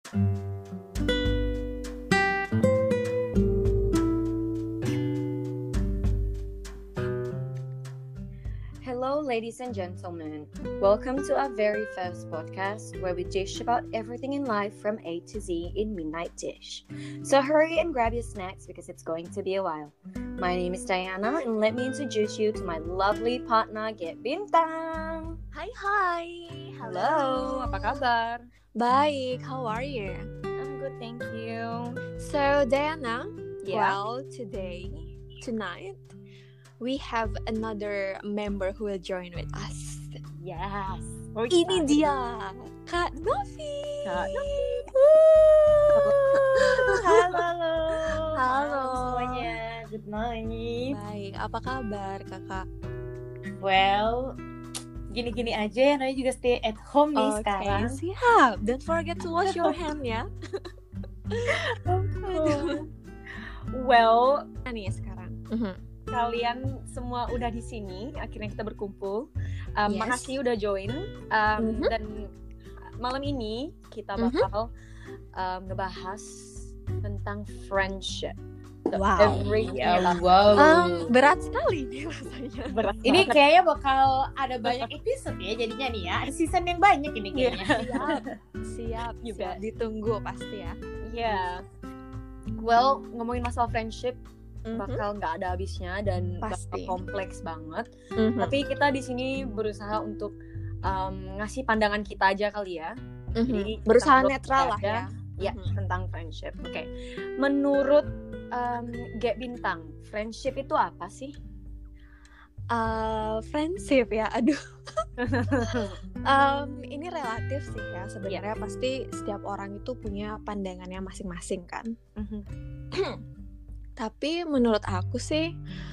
Hello, ladies and gentlemen. Welcome to our very first podcast where we dish about everything in life from A to Z in Midnight Dish. So hurry and grab your snacks because it's going to be a while. My name is Diana and let me introduce you to my lovely partner, Get Bintang. Hai. Hello, apa kabar? Baik, how are you? I'm good, thank you. So, Diana, Yeah. well, tonight, we have another member who will join with us. Yes. Ini dia, Kak Novi. Kak Halo. Halo semuanya. Good morning. Baik, apa kabar kakak? Well, gini-gini aja ya, Naya juga stay at home nih sekarang. Siap. Don't forget to wash your hand ya. Well, Nih sekarang. kalian semua udah di sini, akhirnya kita berkumpul. Yes. Makasih udah join. Dan malam ini kita bakal ngebahas tentang friendship. Wow. Berat sekali nih rasanya. Berat Ini banget. kayaknya bakal ada banyak episode ya jadinya nih ya. Ada season yang banyak ini kayaknya. Siap. Juga. Ditunggu pasti ya. Yeah. Well, ngomongin masalah friendship bakal nggak ada habisnya dan bakal Pasti. kompleks banget. Tapi kita di sini berusaha untuk ngasih pandangan kita aja kali ya. Jadi Berusaha kita netral lah ada, ya. Ya, tentang friendship. Oke. Menurut Gek Bintang, friendship itu apa sih? Friendship ya, aduh. Ini relatif sih ya sebenarnya. Pasti setiap orang itu punya pandangannya masing-masing kan. Tapi menurut aku sih,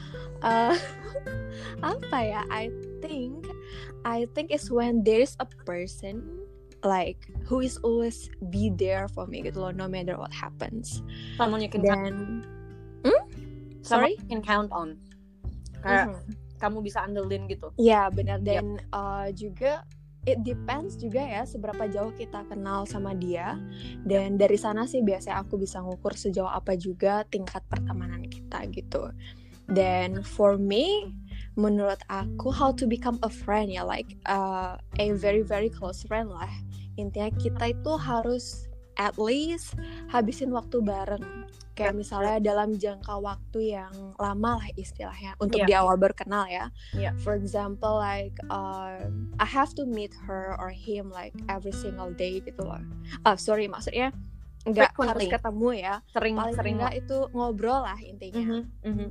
apa ya? I think it's when there's a person like who is always be there for me gitu loh, no matter what happens. Someone you can Dan, Someone sorry? you can count on. Kayak kamu bisa andelin gitu. Ya benar. Dan juga it depends juga ya seberapa jauh kita kenal sama dia. Dan dari sana sih biasanya aku bisa ngukur sejauh apa juga tingkat pertemanan kita gitu. Dan for me, menurut aku how to become a friend ya, like a very very close friend lah. Intinya kita itu harus at least habisin waktu bareng. Kayak misalnya dalam jangka waktu yang lama lah istilahnya untuk di awal berkenal ya. For example like I have to meet her or him like every single day gitu loh. Maksudnya nggak harus ketemu ya. Paling nggak itu ngobrol lah intinya.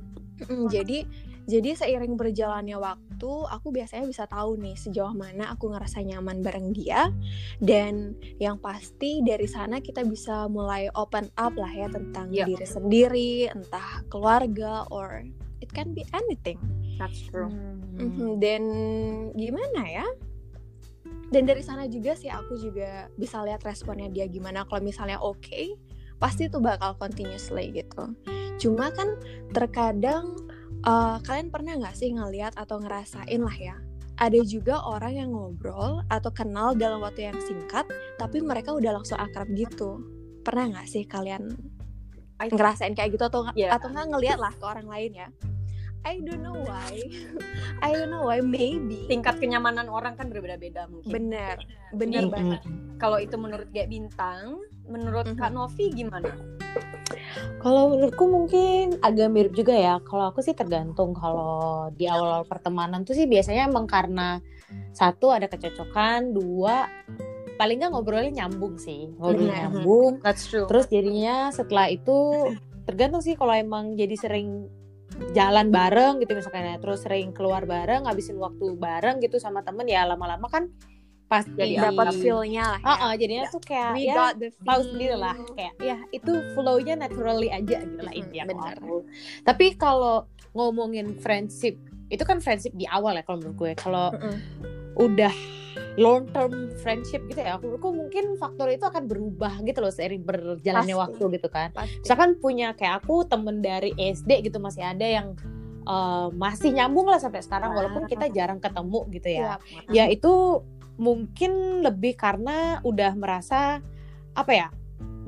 Jadi seiring berjalannya waktu, aku biasanya bisa tahu nih sejauh mana aku ngerasa nyaman bareng dia. Dan yang pasti dari sana kita bisa mulai open up lah ya tentang diri sendiri, entah keluarga, or it can be anything. That's true. Dan gimana ya? Dan dari sana juga sih aku juga bisa lihat responnya dia gimana. Kalau misalnya oke, pasti itu bakal continuously gitu. Cuma kan terkadang kalian pernah gak sih ngeliat atau ngerasain lah ya, ada juga orang yang ngobrol atau kenal dalam waktu yang singkat tapi mereka udah langsung akrab gitu. Pernah gak sih kalian ngerasain kayak gitu atau nggak ngeliat lah ke orang lain ya? I don't know why, maybe Tingkat kenyamanan orang kan berbeda-beda mungkin. Bener banget. Kalau itu menurut Gek Bintang, menurut Kak Novi gimana? Kalau menurutku mungkin agak mirip juga ya. Kalau aku sih tergantung. Kalau di awal pertemanan tuh sih biasanya emang karena satu ada kecocokan, dua paling nggak ngobrolnya nyambung sih. Nyambung. That's true. Terus jadinya setelah itu tergantung sih kalau emang jadi sering jalan bareng gitu misalkan ya, terus sering keluar bareng, ngabisin waktu bareng gitu sama temen ya, lama-lama kan pas jadi dapat feel-nya lah ya. Jadinya tuh kayak We ya got the feel. tahu sendiri lah kayak ya itu flow-nya naturally aja gitu lah intinya. Benar. Tapi kalau ngomongin friendship, itu kan friendship di awal ya kalau menurut gue. Kalau udah long term friendship gitu ya, aku mungkin faktor itu akan berubah gitu loh seiring berjalannya waktu gitu kan. Misalkan punya kayak aku temen dari SD gitu masih ada yang masih nyambung lah sampai sekarang walaupun kita jarang ketemu gitu ya. Ya itu mungkin lebih karena udah merasa apa ya,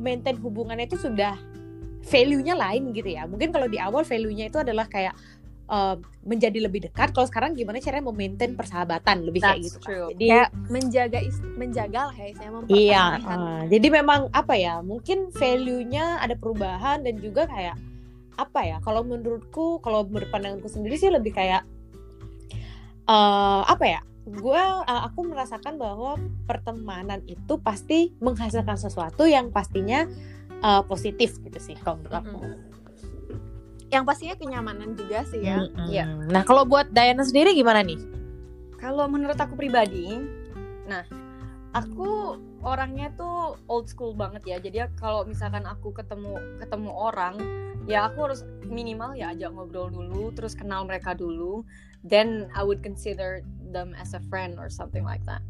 maintain hubungannya itu sudah value-nya lain gitu ya. Mungkin kalau di awal value-nya itu adalah kayak menjadi lebih dekat. Kalau sekarang gimana caranya memaintain persahabatan lebih kayak gitu kan. Jadi kayak menjaga lah ya, saya mempertahankan. Jadi memang apa ya? Mungkin value-nya ada perubahan dan juga kayak apa ya? Kalau menurut pandanganku sendiri sih lebih kayak apa ya? Aku merasakan bahwa pertemanan itu pasti menghasilkan sesuatu yang pastinya positif gitu sih kalau menurut aku. Yang pastinya kenyamanan juga sih ya. Iya. Nah, kalau buat Diana sendiri gimana nih? Kalau menurut aku pribadi, aku orangnya tuh old school banget ya. Jadi kalau misalkan aku ketemu orang, ya aku harus minimal ya ajak ngobrol dulu, terus kenal mereka dulu, then I would consider them as a friend or something like that.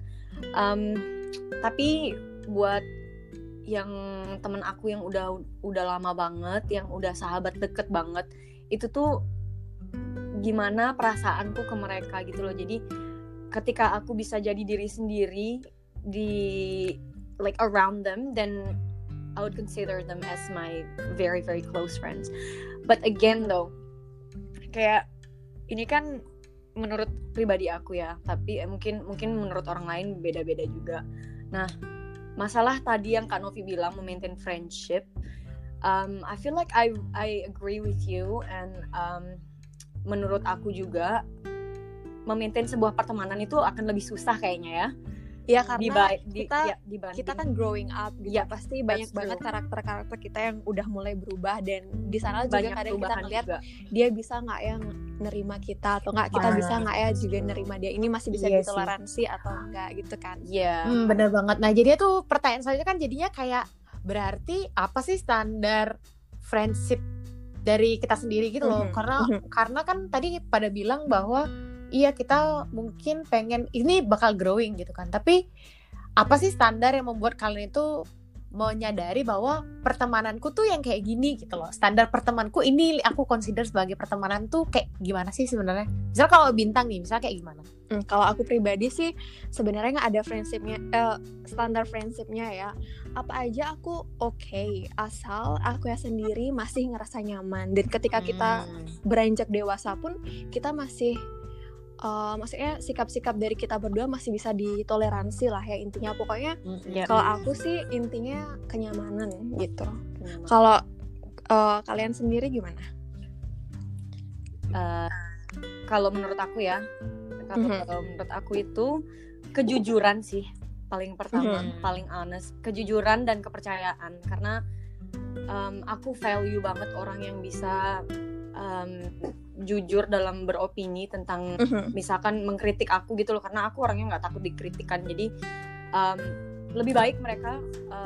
Tapi buat yang temen aku yang udah lama banget, yang udah sahabat deket banget, itu tuh gimana perasaanku ke mereka gitu loh. Jadi ketika aku bisa jadi diri sendiri di like around them, then I would consider them as my very very close friends. But again though, kayak ini kan menurut pribadi aku ya, tapi mungkin menurut orang lain beda-beda juga. Nah, masalah tadi yang Kak Novi bilang memaintain friendship, I feel like I agree with you, and menurut aku juga memaintain sebuah pertemanan itu akan lebih susah kayaknya ya. Ya karena kita kan growing up gitu, pasti banyak banget karakter kita yang udah mulai berubah, dan di sana juga kadang kita ngeliat dia bisa nggak ya nerima kita, atau nggak kita bisa nggak ya juga nerima dia, ini masih bisa ditoleransi atau enggak gitu kan. Bener banget. Nah jadi tuh pertanyaan selanjutnya kan jadinya kayak berarti apa sih standar friendship dari kita sendiri gitu loh. Karena kan tadi pada bilang bahwa iya kita mungkin pengen ini bakal growing gitu kan, tapi apa sih standar yang membuat kalian itu menyadari bahwa pertemananku tuh yang kayak gini gitu loh, standar pertemananku ini aku consider sebagai pertemanan tuh kayak gimana sih sebenarnya? Misal kalau Bintang nih, misal kayak gimana? Kalau aku pribadi sih sebenarnya nggak ada friendshipnya, standar friendshipnya ya. Apa aja aku oke, asal aku ya sendiri masih ngerasa nyaman, dan ketika kita beranjak dewasa pun kita masih maksudnya sikap-sikap dari kita berdua masih bisa ditoleransi lah ya, intinya pokoknya. Kalau aku sih intinya kenyamanan gitu. Kalau kalian sendiri gimana? Kalau menurut aku ya, kalau menurut aku itu kejujuran sih paling pertama, paling honest, kejujuran dan kepercayaan, karena aku value banget orang yang bisa jujur dalam beropini tentang misalkan mengkritik aku gitu loh, karena aku orangnya nggak takut dikritikan. Jadi lebih baik mereka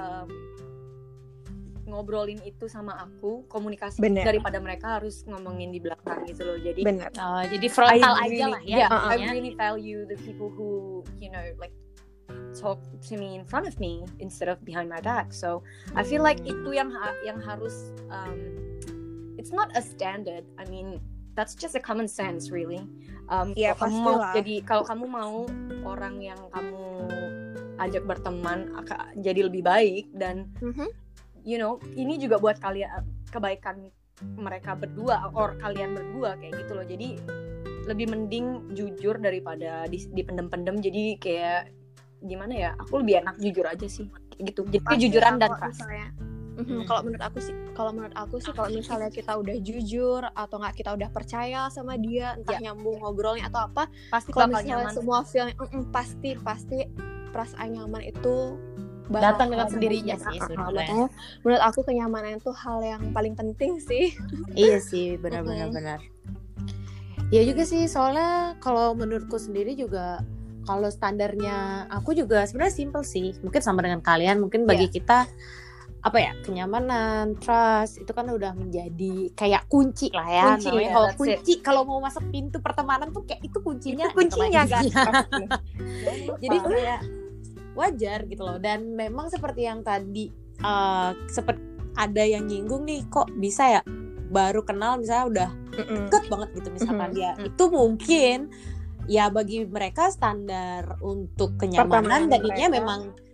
ngobrolin itu sama aku, komunikasi daripada mereka harus ngomongin di belakang gitu loh. Jadi jadi frontal aja lah ya. I really value the people who like talk to me in front of me instead of behind my back. So I feel like itu yang harus it's not a standard. I mean, that's just a common sense, really. Kalau kamu mau orang yang kamu ajak berteman jadi lebih baik, dan ini juga buat kalian, kebaikan mereka berdua or kalian berdua kayak gitu loh. Jadi lebih mending jujur daripada dipendem-pendem. Jadi kayak gimana ya? Aku lebih enak jujur aja sih, gitu. Jadi kejujuran dan trust. Kalau menurut aku sih kalau misalnya kita udah jujur atau nggak kita udah percaya sama dia, entah nyambung ngobrolnya atau apa, pasti kalau bakal misalnya nyaman. semua feel pasti perasaan nyaman itu datang dengan sendirinya sih sebenarnya. Menurut aku kenyamanan itu hal yang paling penting sih. Iya sih, benar. Ya juga sih, soalnya kalau menurutku sendiri juga, kalau standarnya aku juga sebenarnya simple sih. Mungkin sama dengan kalian, mungkin bagi kita apa ya, kenyamanan, trust itu kan udah menjadi kayak kunci lah ya. Kalau kunci, kalau mau masuk pintu pertemanan tuh kayak itu kuncinya. Itu kuncinya kan. Jadi kayak wajar gitu loh. Dan memang seperti yang tadi seperti ada yang nyinggung nih, kok bisa ya baru kenal misalnya udah deket banget gitu misalkan dia. Itu mungkin ya bagi mereka standar untuk kenyamanan dan ininya memang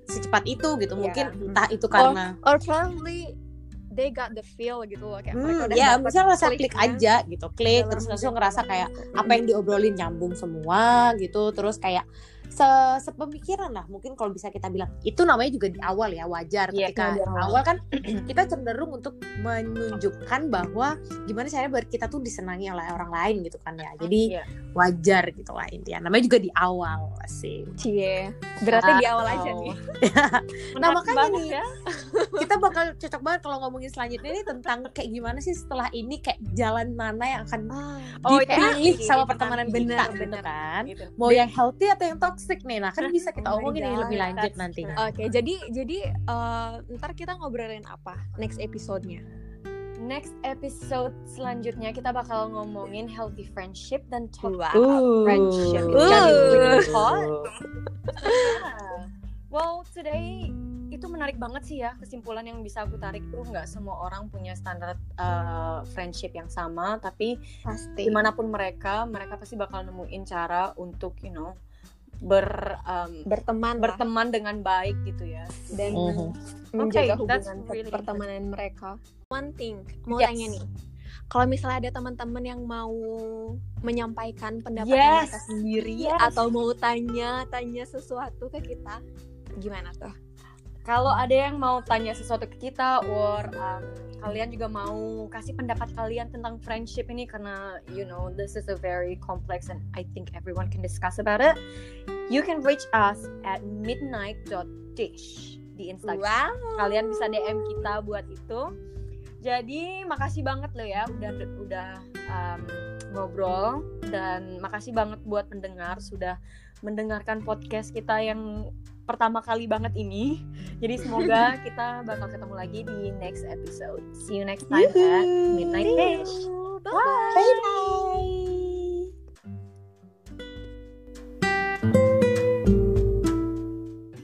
secepat itu gitu. Mungkin Yeah. entah itu karena or probably they got the feel gitu loh, kayak mereka udah ya dapet misalnya rasa klik kliknya aja gitu, klik dalam terus langsung menjaga ngerasa orang kayak itu. apa yang diobrolin nyambung semua gitu, terus kayak sepemikiran lah. Mungkin kalau bisa kita bilang itu namanya juga di awal ya, wajar. Iya, Ketika di di awal. awal kan kita cenderung untuk menunjukkan bahwa gimana caranya biar kita tuh disenangi oleh orang lain gitu kan ya, jadi Iya. wajar gitu lah intinya, namanya juga di awal sih. Cie, berarti di awal aja nih. Nah Menarik makanya banget nih ya. kita bakal cocok banget kalau ngomongin selanjutnya ini tentang kayak gimana sih setelah ini, kayak jalan mana yang akan Oh, itu dipilih nanti, sama itu pertemanan nanti. kita Bener, gitu bener. kan, Gitu. mau yang healthy atau yang toxic nih, nah kan bisa kita Oh my omongin ini God, lebih lanjut that's nanti. true. Oke, jadi ntar kita ngobrolin apa next episode-nya? Next episode selanjutnya kita bakal ngomongin healthy friendship dan toxic Wow. friendship. It's gonna be really hot. Yeah. Well, today itu menarik banget sih ya. Kesimpulan yang bisa aku tarik tuh nggak semua orang punya standar friendship yang sama, tapi Pasti. dimanapun mereka pasti bakal nemuin cara untuk berteman dengan baik gitu ya. Dan Mhm. menjaga Okay, that's hubungan really pertemanan mereka. One thing, mau Yes. tanya nih, kalau misalnya ada teman-teman yang mau menyampaikan pendapat Yes. mereka sendiri Yes. atau mau tanya sesuatu ke kita, gimana tuh? Kalau ada yang mau tanya sesuatu ke kita, or kalian juga mau kasih pendapat kalian tentang friendship ini, karena this is a very complex and I think everyone can discuss about it. You can reach us at midnight.dish di Instagram. Wow. Kalian bisa DM kita buat itu. Jadi makasih banget lo ya udah ngobrol, dan makasih banget buat pendengar sudah mendengarkan podcast kita yang pertama kali banget ini. Jadi semoga kita bakal ketemu lagi di next episode. See you next time at Midnight Dish. Bye.